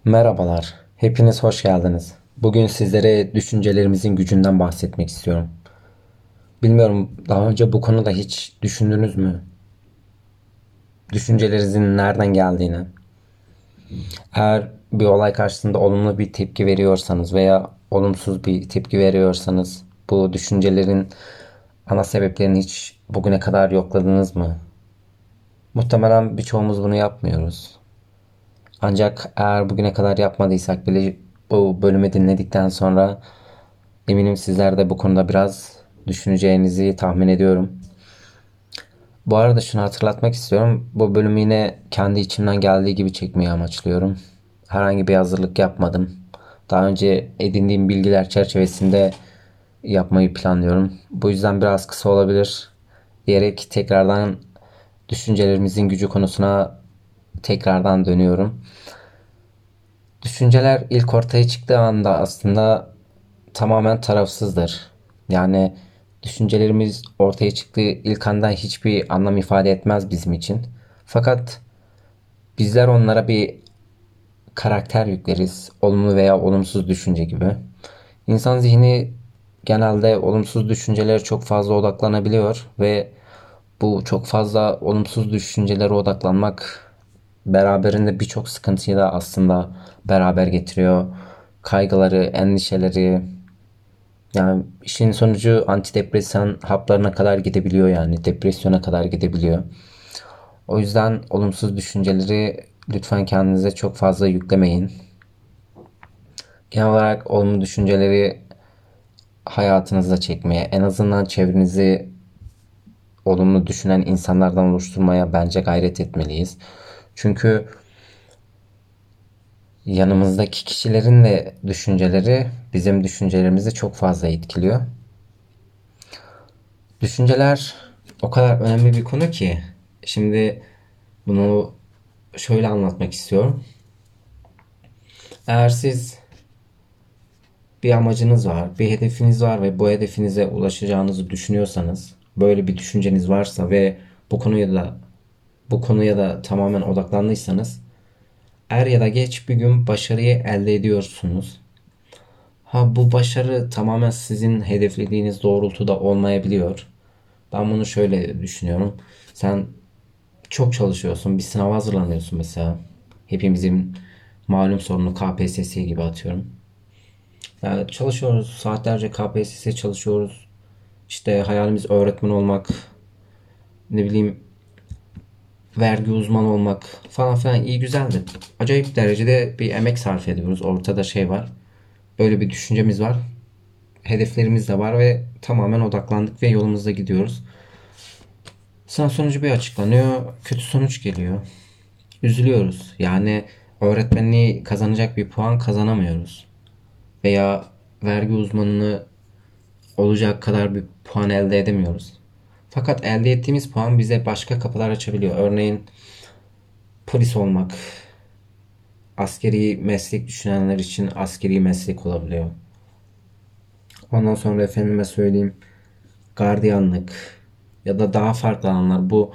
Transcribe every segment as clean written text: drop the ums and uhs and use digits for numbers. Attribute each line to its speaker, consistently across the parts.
Speaker 1: Merhabalar, hepiniz hoş geldiniz. Bugün sizlere düşüncelerimizin gücünden bahsetmek istiyorum. Bilmiyorum, daha önce bu konuda hiç düşündünüz mü? Düşüncelerinizin nereden geldiğini. Eğer bir olay karşısında olumlu bir tepki veriyorsanız veya olumsuz bir tepki veriyorsanız, bu düşüncelerin ana sebeplerini hiç bugüne kadar yokladınız mı? Muhtemelen birçoğumuz bunu yapmıyoruz. Ancak eğer bugüne kadar yapmadıysak bile bu bölümü dinledikten sonra eminim sizler de bu konuda biraz düşüneceğinizi tahmin ediyorum. Bu arada şunu hatırlatmak istiyorum. Bu bölümü yine kendi içimden geldiği gibi çekmeyi amaçlıyorum. Herhangi bir hazırlık yapmadım. Daha önce edindiğim bilgiler çerçevesinde yapmayı planlıyorum. Bu yüzden biraz kısa olabilir diyerek tekrardan düşüncelerimizin gücü konusuna tekrardan dönüyorum. Düşünceler ilk ortaya çıktığı anda aslında tamamen tarafsızdır. Yani düşüncelerimiz ortaya çıktığı ilk anda hiçbir anlam ifade etmez bizim için. Fakat bizler onlara bir karakter yükleriz. Olumlu veya olumsuz düşünce gibi. İnsan zihni genelde olumsuz düşüncelere çok fazla odaklanabiliyor ve bu çok fazla olumsuz düşüncelere odaklanmak beraberinde birçok sıkıntıyı da aslında beraber getiriyor. Kaygıları, endişeleri, yani işin sonucu antidepresan haplarına kadar gidebiliyor, yani depresyona kadar gidebiliyor. O yüzden olumsuz düşünceleri lütfen kendinize çok fazla yüklemeyin. Genel olarak olumlu düşünceleri hayatınızda çekmeye, en azından çevrenizi olumlu düşünen insanlardan oluşturmaya bence gayret etmeliyiz. Çünkü yanımızdaki kişilerin de düşünceleri bizim düşüncelerimizi çok fazla etkiliyor. Düşünceler o kadar önemli bir konu ki şimdi bunu şöyle anlatmak istiyorum. Eğer siz bir amacınız var, bir hedefiniz var ve bu hedefinize ulaşacağınızı düşünüyorsanız, böyle bir düşünceniz varsa ve bu konuya da tamamen odaklandıysanız, er ya da geç bir gün başarıyı elde ediyorsunuz. Ha, bu başarı tamamen sizin hedeflediğiniz doğrultuda olmayabiliyor. Ben bunu şöyle düşünüyorum. Sen çok çalışıyorsun, bir sınava hazırlanıyorsun mesela. Hepimizin malum sorunu KPSS gibi, atıyorum. Yani çalışıyoruz, saatlerce KPSS çalışıyoruz. İşte hayalimiz öğretmen olmak, ne bileyim vergi uzmanı olmak falan filan, iyi güzeldi. Acayip derecede bir emek sarf ediyoruz. Ortada şey var. Böyle bir düşüncemiz var. Hedeflerimiz de var ve tamamen odaklandık ve yolumuzda gidiyoruz. Sınav sonucu bir açıklanıyor. Kötü sonuç geliyor. Üzülüyoruz. Yani öğretmenliği kazanacak bir puan kazanamıyoruz. Veya vergi uzmanını olacak kadar bir puan elde edemiyoruz. Fakat elde ettiğimiz puan bize başka kapılar açabiliyor. Örneğin polis olmak, askeri meslek düşünenler için askeri meslek olabiliyor. Ondan sonra efendime söyleyeyim, gardiyanlık ya da daha farklı alanlar. Bu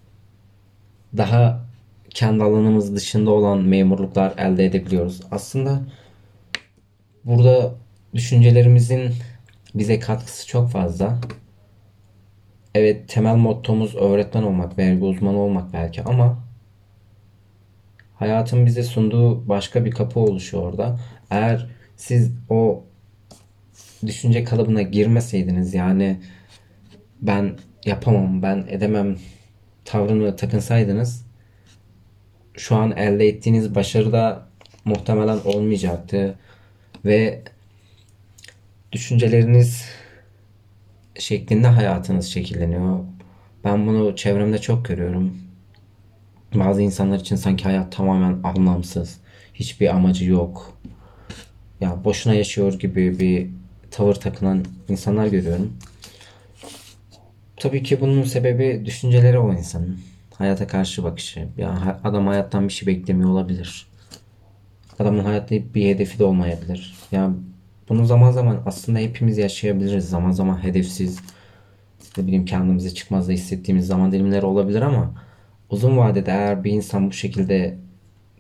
Speaker 1: daha kendi alanımız dışında olan memurluklar elde edebiliyoruz. Aslında burada düşüncelerimizin bize katkısı çok fazla. Evet, temel mottomuz öğretmen olmak, vergi uzmanı olmak belki, ama hayatın bize sunduğu başka bir kapı oluşuyor orada. Eğer siz o düşünce kalıbına girmeseydiniz, yani ben yapamam, ben edemem tavrını takınsaydınız, şu an elde ettiğiniz başarı da muhtemelen olmayacaktı ve düşünceleriniz şeklinde hayatınız şekilleniyor. Ben bunu çevremde çok görüyorum. Bazı insanlar için sanki hayat tamamen anlamsız, hiçbir amacı yok. Ya boşuna yaşıyor gibi bir tavır takınan insanlar görüyorum. Tabii ki bunun sebebi düşünceleri o insanın. Hayata karşı bakışı. Ya adam hayattan bir şey beklemiyor olabilir. Adamın hayatta bir hedefi de olmayabilir. Yani bunu zaman zaman aslında hepimiz yaşayabiliriz. Zaman zaman hedefsiz, ne bileyim, kendimizi çıkmazda hissettiğimiz zaman dilimleri olabilir, ama uzun vadede eğer bir insan bu şekilde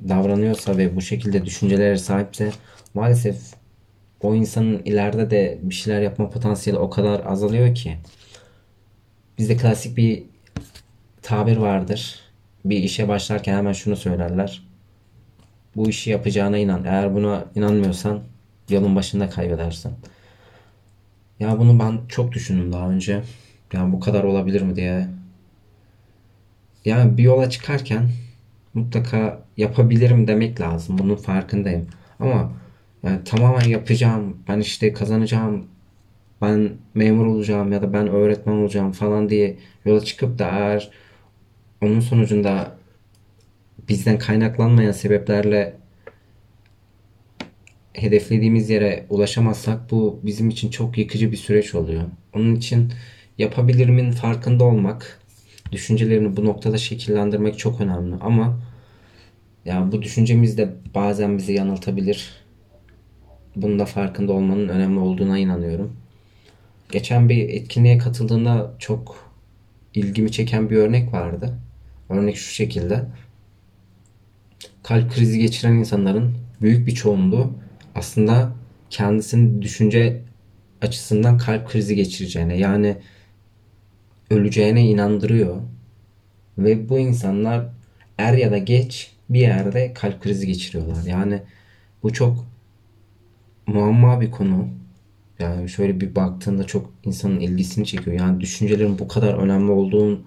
Speaker 1: davranıyorsa ve bu şekilde düşüncelere sahipse maalesef o insanın ileride de bir şeyler yapma potansiyeli o kadar azalıyor ki. Bizde klasik bir tabir vardır. Bir işe başlarken hemen şunu söylerler: bu işi yapacağına inan. Eğer buna inanmıyorsan yolun başında kaybedersin. Ya bunu ben çok düşündüm daha önce. Yani bu kadar olabilir mi diye. Yani bir yola çıkarken mutlaka yapabilirim demek lazım. Bunun farkındayım. Ama yani tamamen yapacağım, ben işte kazanacağım, ben memur olacağım ya da ben öğretmen olacağım falan diye yola çıkıp da eğer onun sonucunda bizden kaynaklanmayan sebeplerle hedeflediğimiz yere ulaşamazsak bu bizim için çok yıkıcı bir süreç oluyor. Onun için yapabilirimin farkında olmak, düşüncelerini bu noktada şekillendirmek çok önemli. Ama ya bu düşüncemiz de bazen bizi yanıltabilir. Bunun da farkında olmanın önemli olduğuna inanıyorum. Geçen bir etkinliğe katıldığımda çok ilgimi çeken bir örnek vardı. Örnek şu şekilde: kalp krizi geçiren insanların büyük bir çoğunluğu aslında kendisinin düşünce açısından kalp krizi geçireceğine, yani öleceğine inandırıyor. Ve bu insanlar er ya da geç bir yerde kalp krizi geçiriyorlar. Yani bu çok muamma bir konu. Yani şöyle bir baktığında çok insanın ilgisini çekiyor. Yani düşüncelerin bu kadar önemli olduğun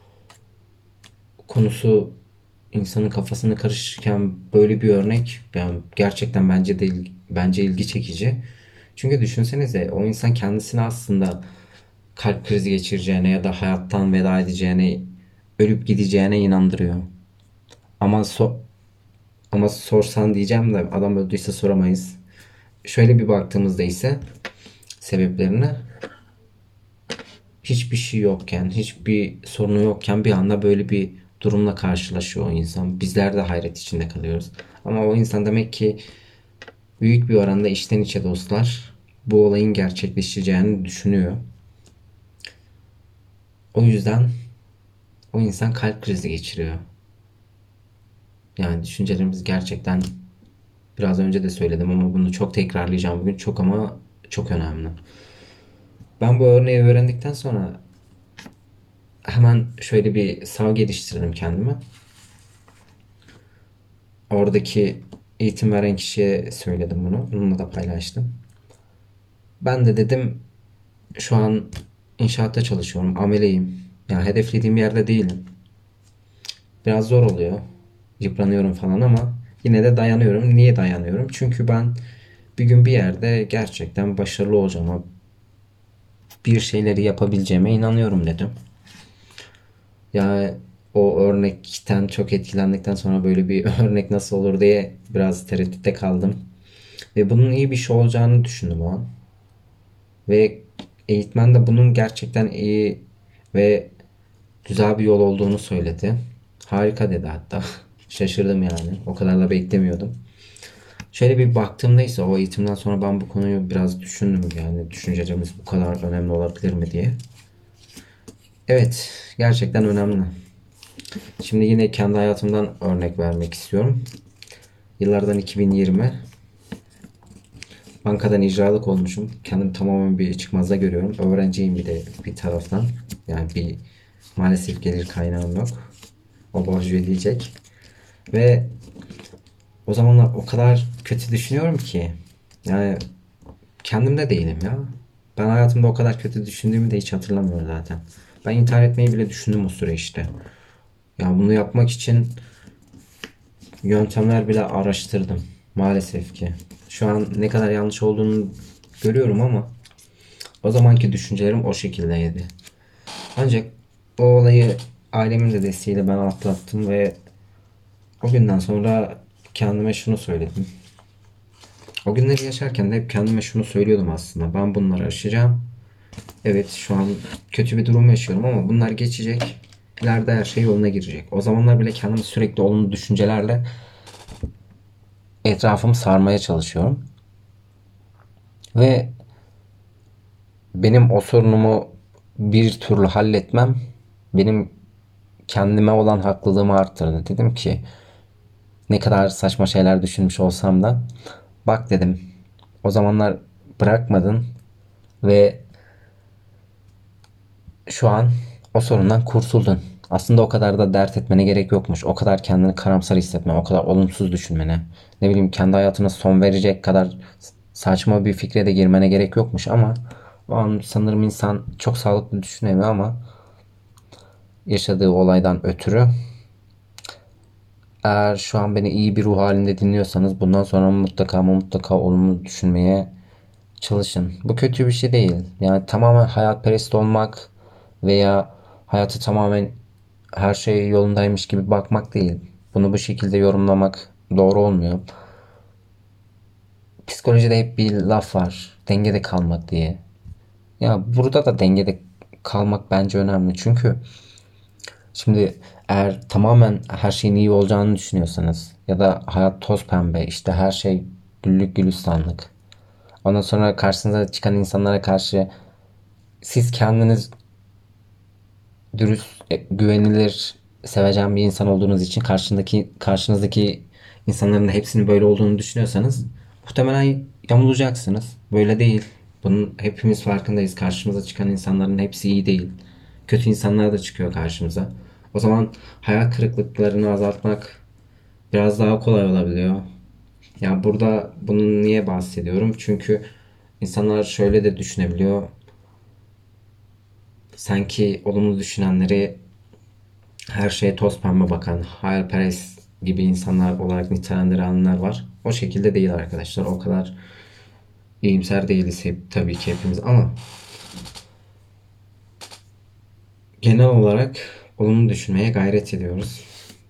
Speaker 1: konusu insanın kafasını karışırken böyle bir örnek yani gerçekten bence ilgi çekici. Çünkü düşünsenize, o insan kendisini aslında kalp krizi geçireceğine ya da hayattan veda edeceğine, ölüp gideceğine inandırıyor. Ama ama sorsan diyeceğim de adam öldüyse soramayız. Şöyle bir baktığımızda ise sebeplerine, hiçbir şey yokken, hiçbir sorunu yokken bir anda böyle bir durumla karşılaşıyor o insan. Bizler de hayret içinde kalıyoruz. Ama o insan demek ki büyük bir oranda içten içe dostlar bu olayın gerçekleşeceğini düşünüyor. O yüzden o insan kalp krizi geçiriyor. Yani düşüncelerimiz gerçekten, biraz önce de söyledim ama bunu çok tekrarlayacağım bugün, çok ama çok önemli. Ben bu örneği öğrendikten sonra hemen şöyle bir sav geliştirdim kendime. Oradaki eğitim veren kişiye söyledim bunu. Onunla da paylaştım. Ben de dedim, şu an inşaatta çalışıyorum. Ameleyim. Yani hedeflediğim yerde değilim. Biraz zor oluyor. Yıpranıyorum falan ama yine de dayanıyorum. Niye dayanıyorum? Çünkü ben bir gün bir yerde gerçekten başarılı olacağıma, bir şeyleri yapabileceğime inanıyorum dedim. Yani o örnekten çok etkilendikten sonra böyle bir örnek nasıl olur diye biraz tereddütte kaldım. Ve bunun iyi bir şey olacağını düşündüm o an. Ve eğitmen de bunun gerçekten iyi ve güzel bir yol olduğunu söyledi. Harika dedi hatta. Şaşırdım yani. O kadar da beklemiyordum. Şöyle bir baktığımda ise o eğitimden sonra ben bu konuyu biraz düşündüm. Yani düşüncelerimiz bu kadar önemli olabilir mi diye. Evet, gerçekten önemli. Şimdi yine kendi hayatımdan örnek vermek istiyorum. Yıllardan 2020. Bankadan icralık olmuşum. Kendimi tamamen bir çıkmazda görüyorum. Öğrenciyim bir de bir taraftan. Yani bir maalesef gelir kaynağım yok. O borcu ödeyecek. Ve o zamanlar o kadar kötü düşünüyorum ki. Yani kendimde değilim ya. Ben hayatımda o kadar kötü düşündüğümü de hiç hatırlamıyorum zaten. Ben intihar etmeyi bile düşündüm o süreçte. Ya bunu yapmak için yöntemler bile araştırdım. Maalesef ki. Şu an ne kadar yanlış olduğunu görüyorum ama o zamanki düşüncelerim o şekildeydi. Ancak o olayı ailemin de desteğiyle ben atlattım ve o günden sonra kendime şunu söyledim. O günleri yaşarken de hep kendime şunu söylüyordum aslında: ben bunları aşacağım. Evet, şu an kötü bir durum yaşıyorum ama bunlar geçecek. İleride her şey yoluna girecek. O zamanlar bile kendimi sürekli olumlu düşüncelerle etrafımı sarmaya çalışıyorum. Ve benim o sorunumu bir türlü halletmem benim kendime olan haklılığımı arttırdı. Dedim ki Ne kadar saçma şeyler düşünmüş olsam da bak dedim. O zamanlar bırakmadın ve şu an o sorundan kurtuldun. Aslında o kadar da dert etmene gerek yokmuş. O kadar kendini karamsar hissetme, o kadar olumsuz düşünmene. Ne bileyim kendi hayatına son verecek kadar saçma bir fikre de girmene gerek yokmuş ama o an sanırım insan çok sağlıklı düşünemiyor ama yaşadığı olaydan ötürü eğer şu an beni iyi bir ruh halinde dinliyorsanız bundan sonra mutlaka ama mutlaka olumlu düşünmeye çalışın. Bu kötü bir şey değil. Yani tamamen hayatperest olmak veya hayatı tamamen her şey yolundaymış gibi bakmak değil. Bunu bu şekilde yorumlamak doğru olmuyor. Psikolojide hep bir laf var. Dengede kalmak diye. Ya burada da dengede kalmak bence önemli. Çünkü şimdi eğer tamamen her şeyin iyi olacağını düşünüyorsanız ya da hayat toz pembe işte her şey güllük gülistanlık. Ondan sonra karşınıza çıkan insanlara karşı siz kendiniz dürüst, güvenilir, sevecen bir insan olduğunuz için karşınızdaki insanların da hepsinin böyle olduğunu düşünüyorsanız muhtemelen yamulacaksınız. Böyle değil. Bunun hepimiz farkındayız. Karşımıza çıkan insanların hepsi iyi değil. Kötü insanlar da çıkıyor karşımıza. O zaman hayal kırıklıklarını azaltmak biraz daha kolay olabiliyor. Ya burada bunu niye bahsediyorum? Çünkü insanlar şöyle de düşünebiliyor. Sanki olumlu düşünenleri her şeye toz pembe bakan, hayalperest gibi insanlar olarak nitelendirenler var. O şekilde değil arkadaşlar. O kadar iyimser değiliz tabii ki hepimiz ama genel olarak olumlu düşünmeye gayret ediyoruz.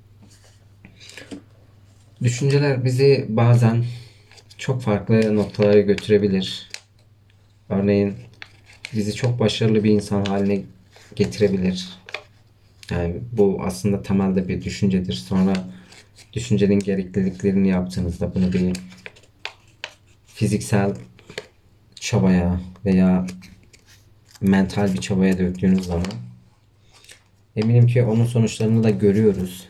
Speaker 1: Düşünceler bizi bazen çok farklı noktalara götürebilir. Örneğin bizi çok başarılı bir insan haline getirebilir. Yani bu aslında temelde bir düşüncedir. Sonra düşüncenin gerekliliklerini yaptığınızda bunu bir fiziksel çabaya veya mental bir çabaya döktüğünüz zaman eminim ki onun sonuçlarını da görüyoruz.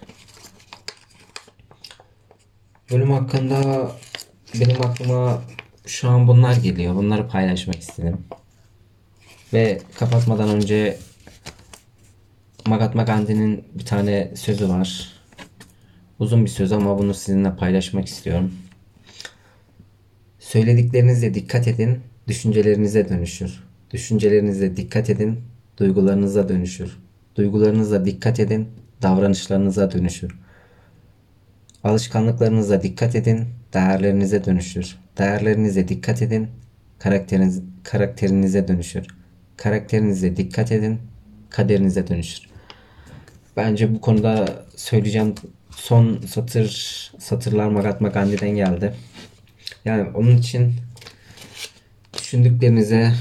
Speaker 1: Bölüm hakkında benim aklıma şu an bunlar geliyor. Bunları paylaşmak istedim. Ve kapatmadan önce Mahatma Gandhi'nin bir tane sözü var. Uzun bir söz ama bunu sizinle paylaşmak istiyorum. Söylediklerinize dikkat edin, düşüncelerinize dönüşür. Düşüncelerinize dikkat edin, duygularınıza dönüşür. Duygularınıza dikkat edin, davranışlarınıza dönüşür. Alışkanlıklarınıza dikkat edin, değerlerinize dönüşür. Değerlerinize dikkat edin, karakterinize dönüşür. Karakterinize dikkat edin, kaderinize dönüşür. Bence bu konuda söyleyeceğim son satırlar Mahatma Gandhi'den geldi. Yani onun için düşündüklerinize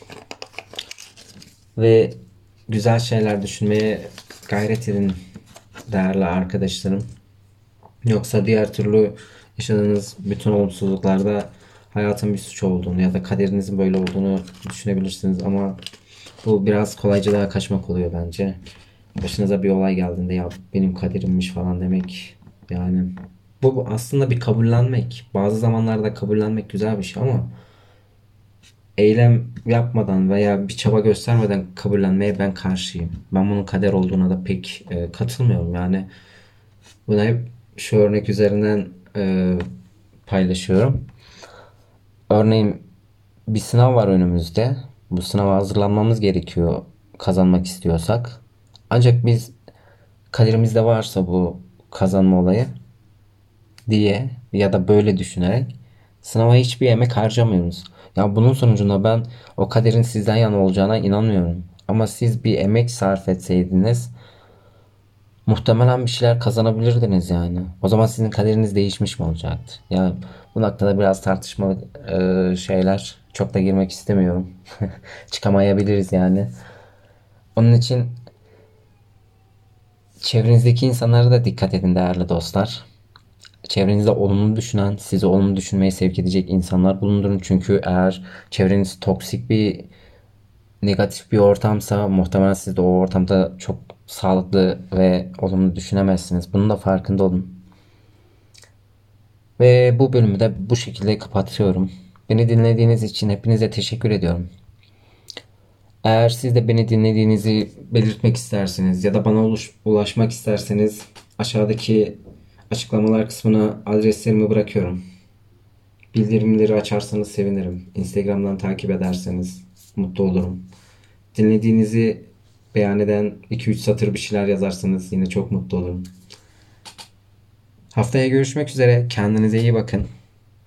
Speaker 1: ve güzel şeyler düşünmeye gayret edin değerli arkadaşlarım. Yoksa diğer türlü yaşadığınız bütün olumsuzluklarda hayatın bir suç olduğunu ya da kaderinizin böyle olduğunu düşünebilirsiniz ama bu biraz kolaycılığa kaçmak oluyor bence. Başınıza bir olay geldiğinde ya benim kaderimmiş falan demek yani bu aslında bir kabullenmek. Bazı zamanlarda kabullenmek güzel bir şey ama eylem yapmadan veya bir çaba göstermeden kabullenmeye ben karşıyım. Ben bunun kader olduğuna da pek katılmıyorum. Yani bunu hep şu örnek üzerinden paylaşıyorum. Örneğin bir sınav var önümüzde. Bu sınava hazırlanmamız gerekiyor kazanmak istiyorsak. Ancak biz kaderimizde varsa bu kazanma olayı diye ya da böyle düşünerek sınava hiçbir emek harcamıyoruz. Ya bunun sonucunda ben o kaderin sizden yana olacağına inanmıyorum. Ama siz bir emek sarf etseydiniz muhtemelen bir şeyler kazanabilirdiniz yani. O zaman sizin kaderiniz değişmiş mi olacaktı? Yani bu noktada biraz tartışmalı şeyler. Çok da girmek istemiyorum. Çıkamayabiliriz yani. Onun için çevrenizdeki insanlara da dikkat edin değerli dostlar. Çevrenizde olumlu düşünen, sizi olumlu düşünmeye sevk edecek insanlar bulundurun. Çünkü eğer çevreniz toksik bir, negatif bir ortamsa muhtemelen siz de o ortamda çok sağlıklı ve olumlu düşünemezsiniz. Bunun da farkında olun. Ve bu bölümü de bu şekilde kapatıyorum. Beni dinlediğiniz için hepinize teşekkür ediyorum. Eğer siz de beni dinlediğinizi belirtmek isterseniz ya da bana ulaşmak isterseniz aşağıdaki açıklamalar kısmına adreslerimi bırakıyorum. Bildirimleri açarsanız sevinirim. Instagram'dan takip ederseniz mutlu olurum. Dinlediğinizi beyan eden 2-3 satır bir şeyler yazarsanız yine çok mutlu olurum. Haftaya görüşmek üzere. Kendinize iyi bakın.